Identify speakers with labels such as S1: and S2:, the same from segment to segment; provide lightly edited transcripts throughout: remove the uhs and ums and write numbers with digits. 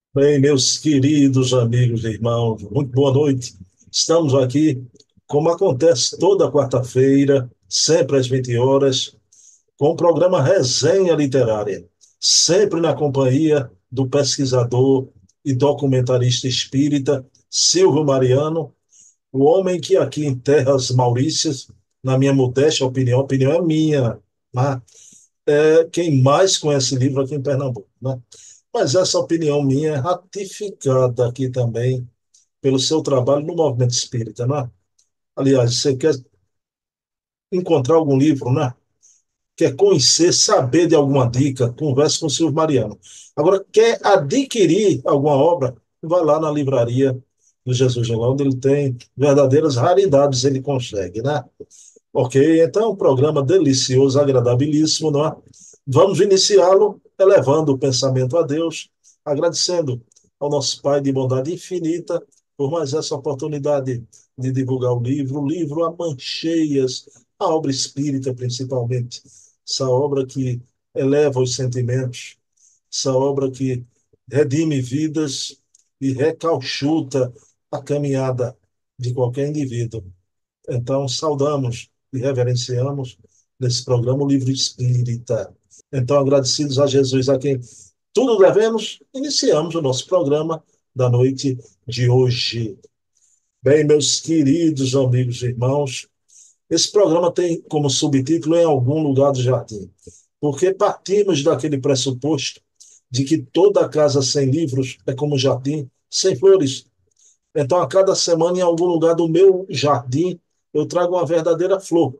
S1: Bem, meus queridos amigos e irmãos, muito boa noite. Estamos aqui, como acontece toda quarta-feira, sempre às 20 horas, com o programa Resenha Literária, sempre na companhia do pesquisador e documentarista espírita Silvio Mariano, o homem que aqui em Terras Maurícias, na minha modesta opinião, a opinião é minha, né? É quem mais conhece livro aqui em Pernambuco, né? Mas essa opinião minha é ratificada aqui também pelo seu trabalho no movimento espírita, não é? Aliás, você quer encontrar algum livro, né? Quer conhecer, saber de alguma dica, converse com o Silvio Mariano. Agora, quer adquirir alguma obra, vai lá na livraria do Jesus de Lá, onde ele tem verdadeiras raridades, ele consegue, né? Ok, então é um programa delicioso, agradabilíssimo, não é? Vamos iniciá-lo elevando o pensamento a Deus, agradecendo ao nosso Pai de bondade infinita por mais essa oportunidade de divulgar o livro a mancheias, a obra espírita principalmente, essa obra que eleva os sentimentos, essa obra que redime vidas e recauchuta a caminhada de qualquer indivíduo. Então, saudamos e reverenciamos nesse programa o livro espírita. Então, agradecidos a Jesus, a quem tudo devemos, iniciamos o nosso programa da noite de hoje. Bem, meus queridos amigos e irmãos, esse programa tem como subtítulo Em Algum Lugar do Jardim, porque partimos daquele pressuposto de que toda casa sem livros é como um jardim sem flores. Então, a cada semana, em algum lugar do meu jardim, eu trago uma verdadeira flor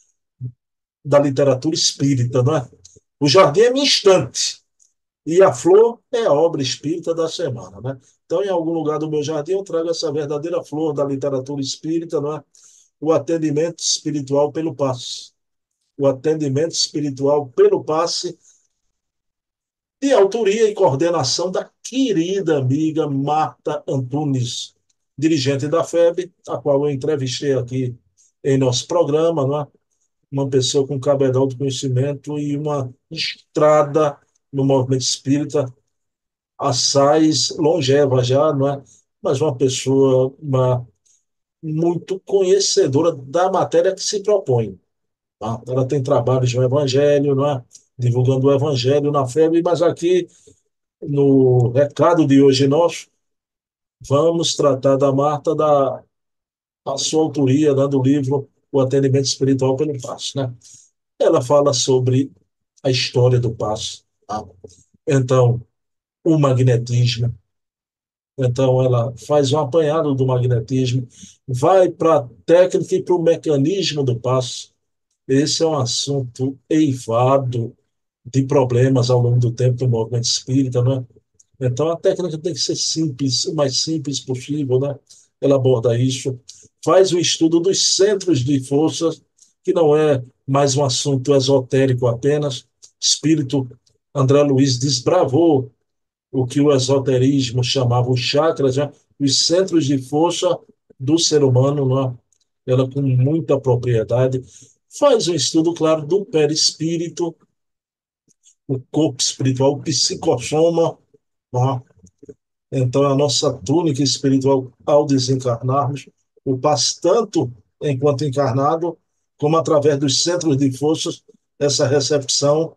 S1: da literatura espírita, não é? O jardim é minha estante e a flor é a obra espírita da semana, né? Então, em algum lugar do meu jardim, eu trago essa verdadeira flor da literatura espírita, não é? O atendimento espiritual pelo passe. O atendimento espiritual pelo passe, de autoria e coordenação da querida amiga Marta Antunes, dirigente da FEB, a qual eu entrevistei aqui em nosso programa, não é? Uma pessoa com cabedal de conhecimento e uma estrada no movimento espírita, assaz longeva já, não é? Mas uma pessoa muito conhecedora da matéria que se propõe. Tá? Ela tem trabalhos no Evangelho, não é? Divulgando o Evangelho na FEB, mas aqui no recado de hoje nós vamos tratar da Marta, da a sua autoria, né, do livro O Atendimento Espiritual pelo Passo, né? Ela fala sobre a história do passo. Tá? Então, o magnetismo. Então, ela faz um apanhado do magnetismo, vai para a técnica e para o mecanismo do passo. Esse é um assunto eivado de problemas ao longo do tempo do movimento espírita, né? Então, a técnica tem que ser simples, o mais simples possível, né? Ela aborda isso, faz o estudo dos centros de forças, que não é mais um assunto esotérico apenas. Espírito André Luiz desbravou o que o esoterismo chamava os chakras, né? Os centros de força do ser humano, né? Ela com muita propriedade faz um estudo, claro, do perispírito, o corpo espiritual, o psicossoma, né? Então, a nossa túnica espiritual, ao desencarnarmos, o passo tanto enquanto encarnado, como através dos centros de forças, essa recepção,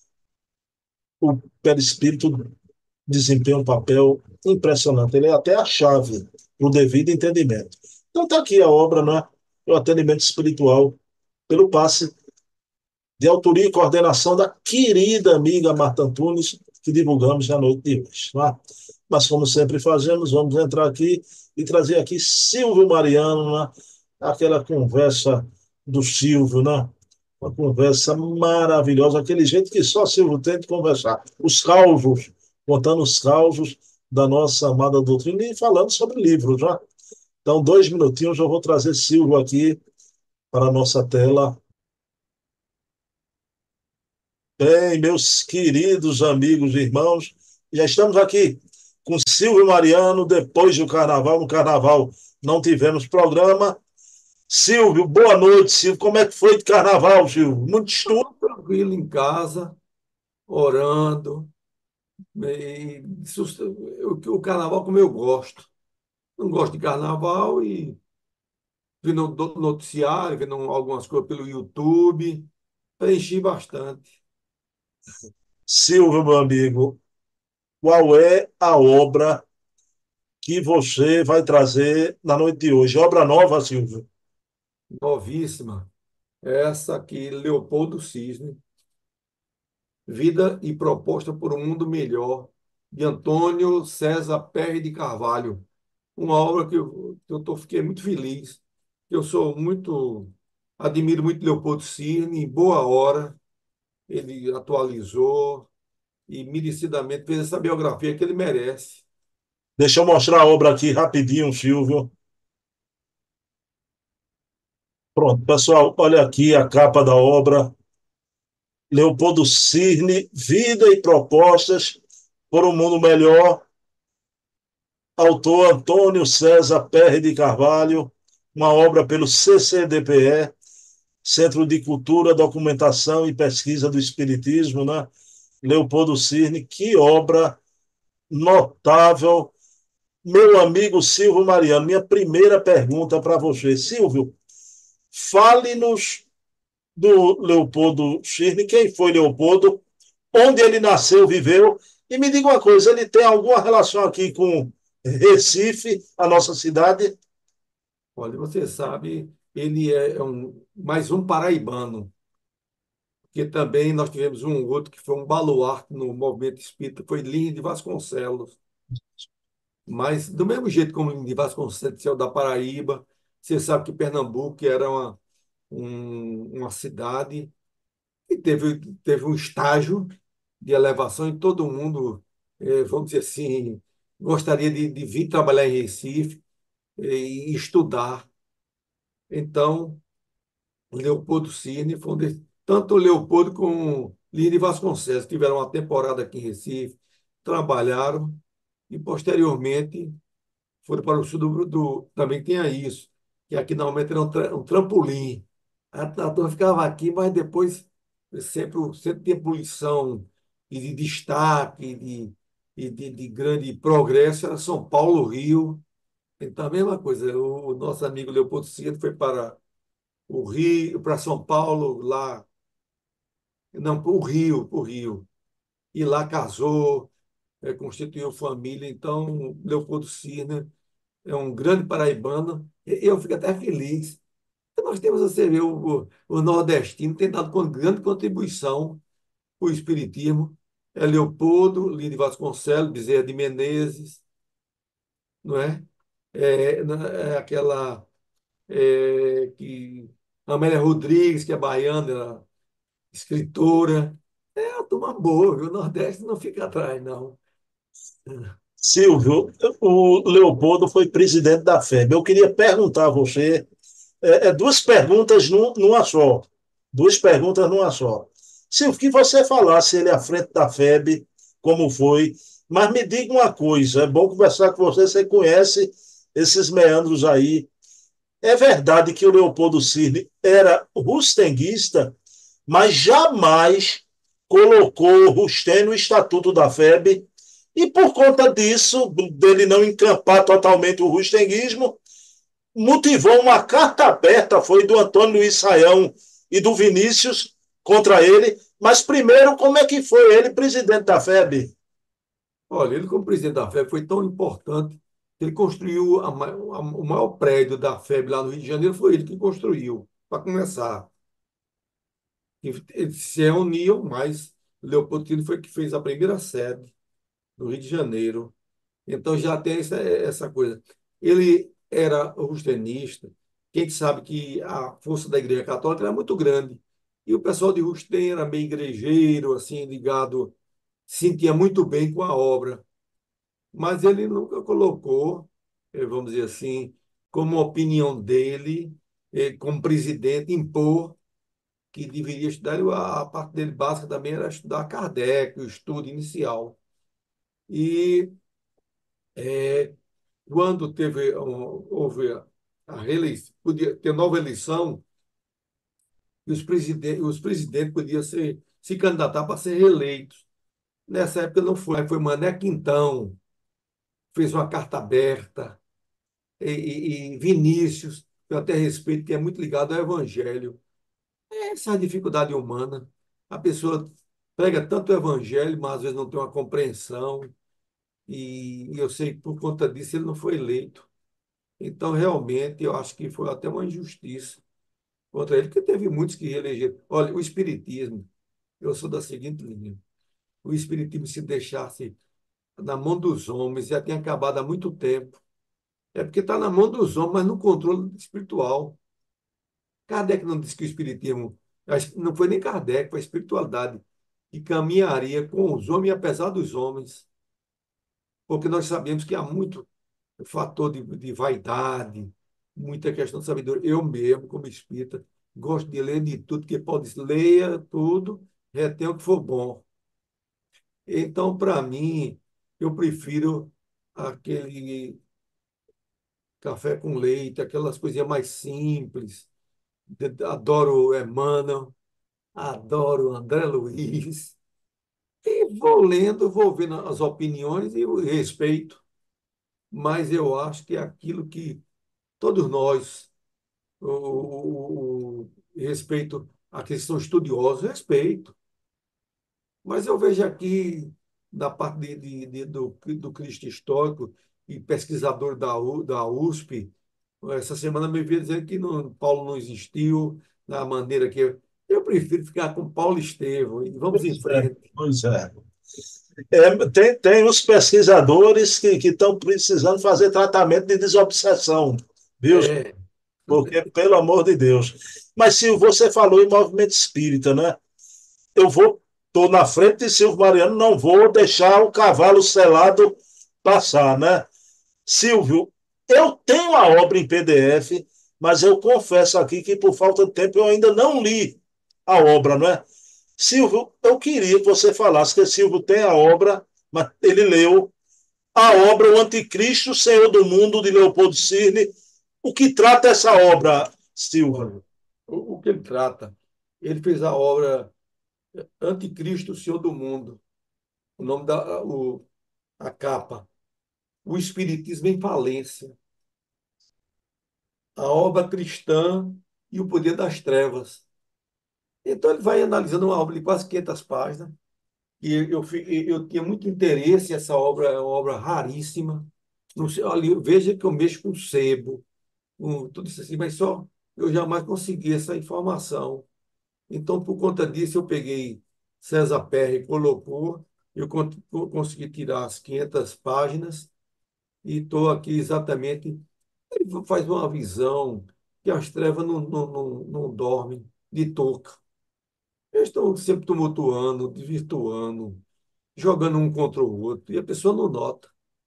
S1: o perispírito desempenha um papel impressionante. Ele é até a chave para o devido entendimento. Então, está aqui a obra, né? O atendimento espiritual pelo passe de autoria e coordenação da querida amiga Marta Antunes, que divulgamos na noite de hoje. Né? Mas, como sempre fazemos, vamos entrar aqui e trazer aqui Silvio Mariano, né? Aquela conversa do Silvio, né? Uma conversa maravilhosa, aquele jeito que só Silvio tem de conversar. Os causos, contando os causos da nossa amada doutrina e falando sobre livros, né? Então, 2 minutinhos, eu vou trazer Silvio aqui para a nossa tela. Bem, meus queridos amigos e irmãos, já estamos aqui com Silvio Mariano, depois do carnaval. No carnaval não tivemos programa. Silvio, boa noite, Silvio. Como é que foi de carnaval, Silvio? Muito estudo.
S2: Tranquilo em casa, orando, O carnaval como eu gosto. Não gosto de carnaval e vendo noticiário, vendo algumas coisas pelo YouTube, preenchi bastante.
S1: Silvio, meu amigo, qual é a obra que você vai trazer na noite de hoje? Obra nova, Silvio?
S2: Novíssima. Essa aqui, Leopoldo Cisne, Vida e Proposta por um Mundo Melhor, de Antônio César Perry de Carvalho. Uma obra fiquei muito feliz. Eu sou muito, admiro muito Leopoldo Cisne, em boa hora, ele atualizou e merecidamente fez essa biografia que ele merece.
S1: Deixa eu mostrar a obra aqui rapidinho, Silvio. Pronto, pessoal, olha aqui a capa da obra. Leopoldo Cirne, Vida e Propostas por um Mundo Melhor. Autor Antônio César Perry de Carvalho. Uma obra pelo CCDPE, Centro de Cultura, Documentação e Pesquisa do Espiritismo, né? Leopoldo Cirne, que obra notável. Meu amigo Silvio Mariano, minha primeira pergunta para você. Silvio, fale-nos do Leopoldo Cirne, quem foi Leopoldo, onde ele nasceu, viveu, e me diga uma coisa, ele tem alguma relação aqui com Recife, a nossa cidade?
S2: Olha, você sabe, ele é mais um paraibano, que também nós tivemos um outro que foi um baluarte no movimento espírita, foi Linha de Vasconcelos. Mas, do mesmo jeito como Linha de Vasconcelos saiu da Paraíba, você sabe que Pernambuco era uma cidade e teve um estágio de elevação e todo mundo, vamos dizer assim, gostaria de vir trabalhar em Recife e estudar. Então, Leopoldo Cirne, tanto o Leopoldo como Lírio Vasconcelos tiveram uma temporada aqui em Recife, trabalharam e posteriormente foram para o sul também tinha isso, que aqui normalmente era um trampolim. A turma ficava aqui, mas depois sempre tinha poluição e de destaque de grande progresso era São Paulo, Rio. Então, a mesma coisa, o nosso amigo Leopoldo Cirne foi para o Rio, para São Paulo, lá, não, para o Rio, e lá casou, constituiu família. Então, Leopoldo Cirne é um grande paraibano, e eu fico até feliz. Nós temos, você vê, o nordestino tem dado com grande contribuição para o espiritismo. É Leopoldo, Lino de Vasconcelos, Bezerra de Menezes, não é? É aquela que Amélia Rodrigues, que é baiana, escritora. É uma turma boa, viu? O Nordeste não fica atrás, não.
S1: Silvio, o Leopoldo foi presidente da FEB. Eu queria perguntar a você, duas perguntas numa só. Duas perguntas numa só. Silvio, que você falasse ele à frente da FEB, como foi, mas me diga uma coisa, é bom conversar com você, você conhece esses meandros aí. É verdade que o Leopoldo Cirne era rustenguista, mas jamais colocou o Rustem no estatuto da FEB, e por conta disso, dele não encampar totalmente o rustenguismo, motivou uma carta aberta, foi do Antônio Luiz Saião e do Vinícius contra ele. Mas primeiro, como é que foi ele presidente da FEB?
S2: Olha, ele como presidente da FEB foi tão importante que ele construiu o maior prédio da FEB lá no Rio de Janeiro, foi ele que construiu, para começar. E eles se reuniam, mas Leopoldino foi que fez a primeira sede no Rio de Janeiro. Então já tem essa coisa. Ele era rustenista. Quem sabe que a força da Igreja Católica era muito grande. E o pessoal de Rustem era meio igrejeiro, assim, ligado, sentia muito bem com a obra. Mas ele nunca colocou, vamos dizer assim, como opinião dele, como presidente, impor que deveria estudar. A parte dele básica também era estudar Kardec, o estudo inicial. E quando houve a reeleição, podia ter nova eleição, e os presidentes podiam se candidatar para ser reeleitos. Nessa época não foi, foi Mané Quintão, fez uma carta aberta, e Vinícius, que eu até respeito, que é muito ligado ao Evangelho. Essa é a dificuldade humana. A pessoa prega tanto o Evangelho, mas às vezes não tem uma compreensão, e eu sei que por conta disso ele não foi eleito. Então, realmente, eu acho que foi até uma injustiça contra ele, porque teve muitos que reelegeram. Olha, o Espiritismo, eu sou da seguinte linha: o Espiritismo, se deixasse na mão dos homens, já tinha acabado há muito tempo. É porque está na mão dos homens, mas no controle espiritual. Kardec não disse que o Espiritismo, acho que não foi nem Kardec, foi a espiritualidade, que caminharia com os homens e apesar dos homens, porque nós sabemos que há muito fator de vaidade, muita questão de sabedoria. Eu mesmo, como espírita, gosto de ler de tudo, que pode leia tudo, retém o que for bom. Então, para mim, eu prefiro aquele café com leite, aquelas coisinhas mais simples. Adoro Emmanuel, adoro André Luiz. E vou lendo, vou vendo as opiniões e o respeito, mas eu acho que é aquilo que todos nós, respeito a questão estudiosa, respeito. Mas eu vejo aqui, da parte do Cristo histórico e pesquisador da USP, essa semana me veio dizendo que Paulo não existiu da maneira que eu prefiro ficar com Paulo Estevão e vamos em
S1: Pois é,
S2: frente.
S1: pois é. Tem os pesquisadores que estão precisando fazer tratamento de desobsessão, viu?
S2: É,
S1: Porque, pelo amor de Deus. Mas, Silvio, você falou em movimento espírita, né? Eu estou na frente de Silvio Mariano, não vou deixar o cavalo selado passar, né? Silvio, eu tenho a obra em PDF, mas eu confesso aqui que por falta de tempo eu ainda não li a obra, não é? Silvio, eu queria que você falasse que Silvio tem a obra, mas ele leu a obra O Anticristo, Senhor do Mundo, de Leopoldo Cirne. O que trata essa obra, Silvio?
S2: olha, o que ele trata, ele fez a obra Anticristo, Senhor do Mundo, o nome a capa, o Espiritismo em Falência, a obra cristã e o poder das trevas. Então ele vai analisando uma obra de quase 500 páginas, e eu tinha muito interesse, essa obra é uma obra raríssima. Não sei, olha, veja que eu mexo com sebo, com tudo isso assim, mas só eu jamais consegui essa informação. Então, por conta disso, eu peguei César Perry, colocou, consegui tirar as 500 páginas e estou aqui exatamente. Ele faz uma visão que as trevas não dormem de touca. Eles estão sempre tumultuando, desvirtuando, jogando um contra o outro, e a pessoa não nota.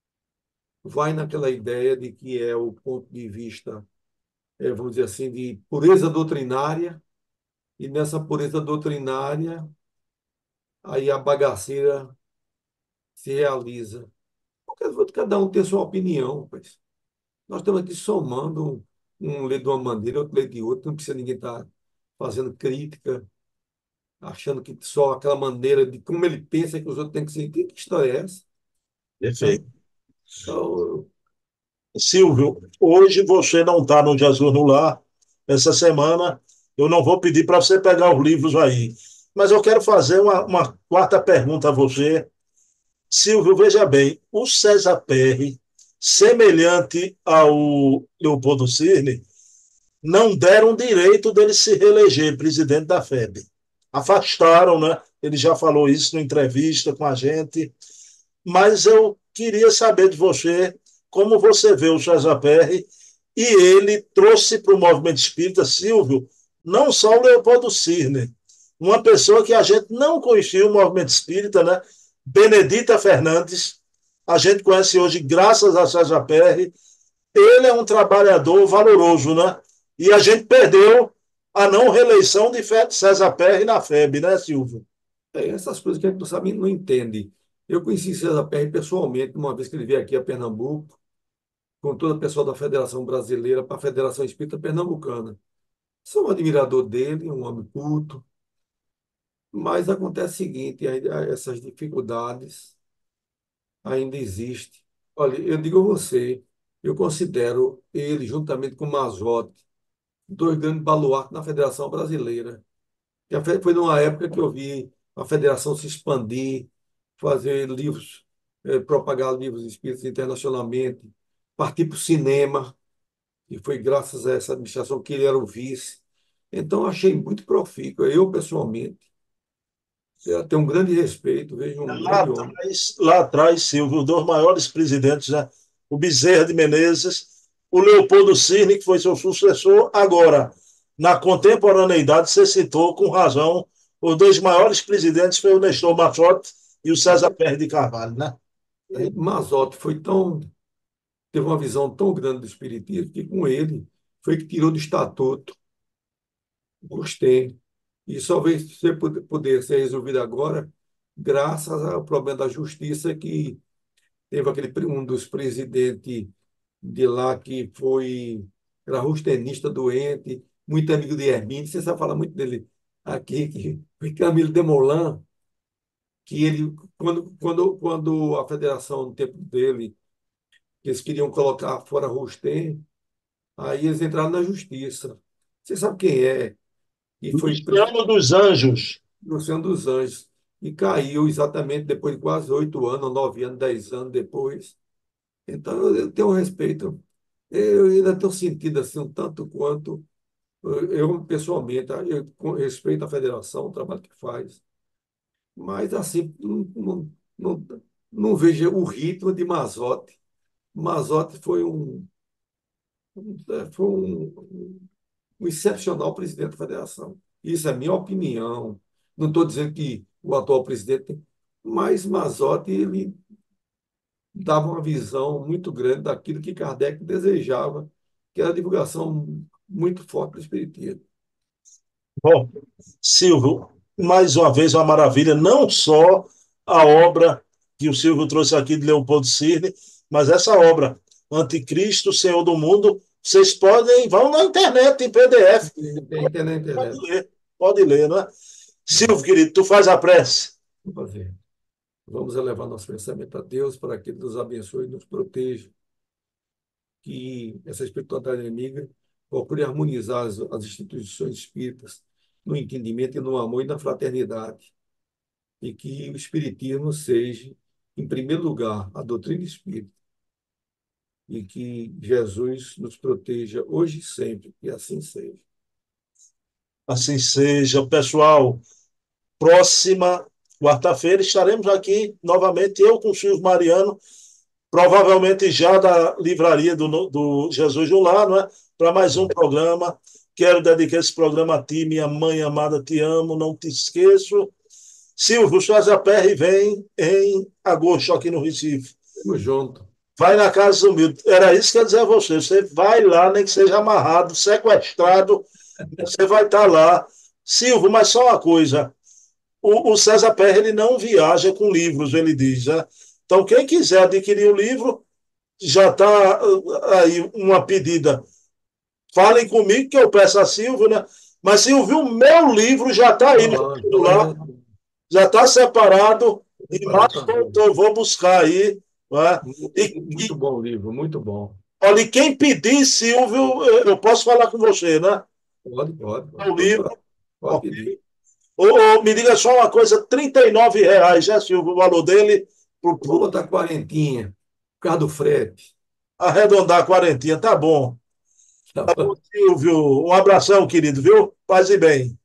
S2: Vai naquela ideia de que é o ponto de vista, vamos dizer assim, de pureza doutrinária, e nessa pureza doutrinária, aí a bagaceira se realiza. Porque cada um tem sua opinião, pois. Nós estamos aqui somando, um lê de uma maneira, outro lê de outra, não precisa ninguém estar fazendo crítica, achando que só aquela maneira de como ele pensa que os outros têm que ser. Que história é essa? Né?
S1: Perfeito.
S2: Então,
S1: Silvio, hoje você não está no Jesus no Lar. Essa semana eu não vou pedir para você pegar os livros aí. Mas eu quero fazer uma quarta pergunta a você. Silvio, veja bem, o César Perry, semelhante ao Leopoldo Cirne, não deram direito dele se reeleger presidente da FEB. Afastaram, né? Ele já falou isso em entrevista com a gente. Mas eu queria saber de você como você vê o César Perry e ele trouxe para o movimento espírita, Silvio, não só o Leopoldo Cirne, uma pessoa que a gente não conhecia o movimento espírita, né? Benedita Fernandes, a gente conhece hoje graças a César Perry. Ele é um trabalhador valoroso, né? E a gente perdeu a não reeleição de César Perry na FEB, né, Silvio?
S2: essas coisas que a gente não sabe, não entende. Eu conheci César Perry pessoalmente, uma vez que ele veio aqui a Pernambuco, com todo o pessoal da Federação Brasileira para a Federação Espírita Pernambucana. Sou um admirador dele, um homem culto, Mas acontece o seguinte, essas dificuldades ainda existem. Olha, eu digo a você, eu considero ele, juntamente com o Mazotti, dois grandes baluartes na Federação Brasileira. Foi numa época que eu vi a federação se expandir, fazer livros, propagar livros espíritas internacionalmente, partir para o cinema, e foi graças a essa administração que ele era o vice. Então, eu achei muito profícuo. Eu, pessoalmente, tenho um grande respeito, vejo um grande homem.
S1: Lá atrás, Silvio, os dois maiores presidentes, né? O Bezerra de Menezes, o Leopoldo Cirne, que foi seu sucessor. Agora, na contemporaneidade, você citou com razão, os dois maiores presidentes foi o Nestor Machotti e o César Pérez de Carvalho, né?
S2: Mazotti teve uma visão tão grande do espiritismo que com ele foi que tirou do estatuto Gostei. E só veio poder ser resolvido agora graças ao problema da justiça que teve um dos presidentes de lá que era rustenista doente, muito amigo de Hermínio, você sabe falar muito dele aqui, que foi Camilo Desmoulins, que ele, quando a federação, no tempo dele, eles queriam colocar fora Rustem, aí eles entraram na justiça. Você sabe quem é? E foi
S1: Luciano dos Anjos.
S2: Luciano dos Anjos. E caiu exatamente depois de quase 8 anos, 9 anos, 10 anos depois. Então, eu tenho um respeito. Eu ainda tenho sentido assim, um tanto quanto. Eu, pessoalmente, respeito a federação, o trabalho que faz, mas assim, não, não vejo o ritmo de Mazotti. Mazotti foi um excepcional presidente da federação. Isso é minha opinião. Não estou dizendo que o atual presidente, mas Mazotti ele dava uma visão muito grande daquilo que Kardec desejava, que era a divulgação muito forte do espiritismo.
S1: Bom, Silvio, mais uma vez uma maravilha, não só a obra que o Silvio trouxe aqui de Leopoldo Cirne, mas essa obra, Anticristo, Senhor do Mundo, vocês podem, vão na internet, em PDF,
S2: Tem na internet.
S1: pode ler, não é? Silvio, querido, tu faz a prece.
S2: Vamos fazer. Vamos elevar nosso pensamento a Deus para que Ele nos abençoe e nos proteja, que essa espiritualidade inimiga procure harmonizar as instituições espíritas no entendimento e no amor e na fraternidade, e que o espiritismo seja, em primeiro lugar, a doutrina espírita, e que Jesus nos proteja hoje e sempre, e assim seja.
S1: Assim seja, pessoal. Próxima quarta-feira estaremos aqui novamente, eu com o Silvio Mariano, provavelmente já da livraria do Jesus no Lar, não é? Para mais um programa. Quero dedicar esse programa a ti, minha mãe amada, te amo, não te esqueço. Silvio, César Perry vem em agosto aqui no Recife.
S2: Tamo junto.
S1: Vai na Casa Humilde. Era isso que eu ia dizer a você. Você vai lá, nem que seja amarrado, sequestrado, você vai estar lá. Silvio, mas só uma coisa. O César Perry ele não viaja com livros, ele diz. Né? Então, quem quiser adquirir o livro, já está aí uma pedida. Falem comigo que eu peço a Silvio, né? Mas Silvio, o meu livro já está aí no
S2: Ah, então
S1: celular, já está separado e
S2: preparar
S1: mais
S2: também.
S1: eu vou buscar aí. Né? E,
S2: Muito
S1: e
S2: bom livro, muito bom.
S1: olha, e quem pedir, Silvio, eu posso falar com você, né?
S2: Pode
S1: O livro,
S2: procurar. Pode
S1: ok.
S2: pedir.
S1: Me diga só uma coisa, R$ 39, né, Silvio, o valor dele,
S2: Eu vou botar quarentinha, por causa do frete.
S1: arredondar a quarentinha, tá bom.
S2: Tá
S1: Tá bom, Silvio. Um abração, querido, viu? Paz e bem.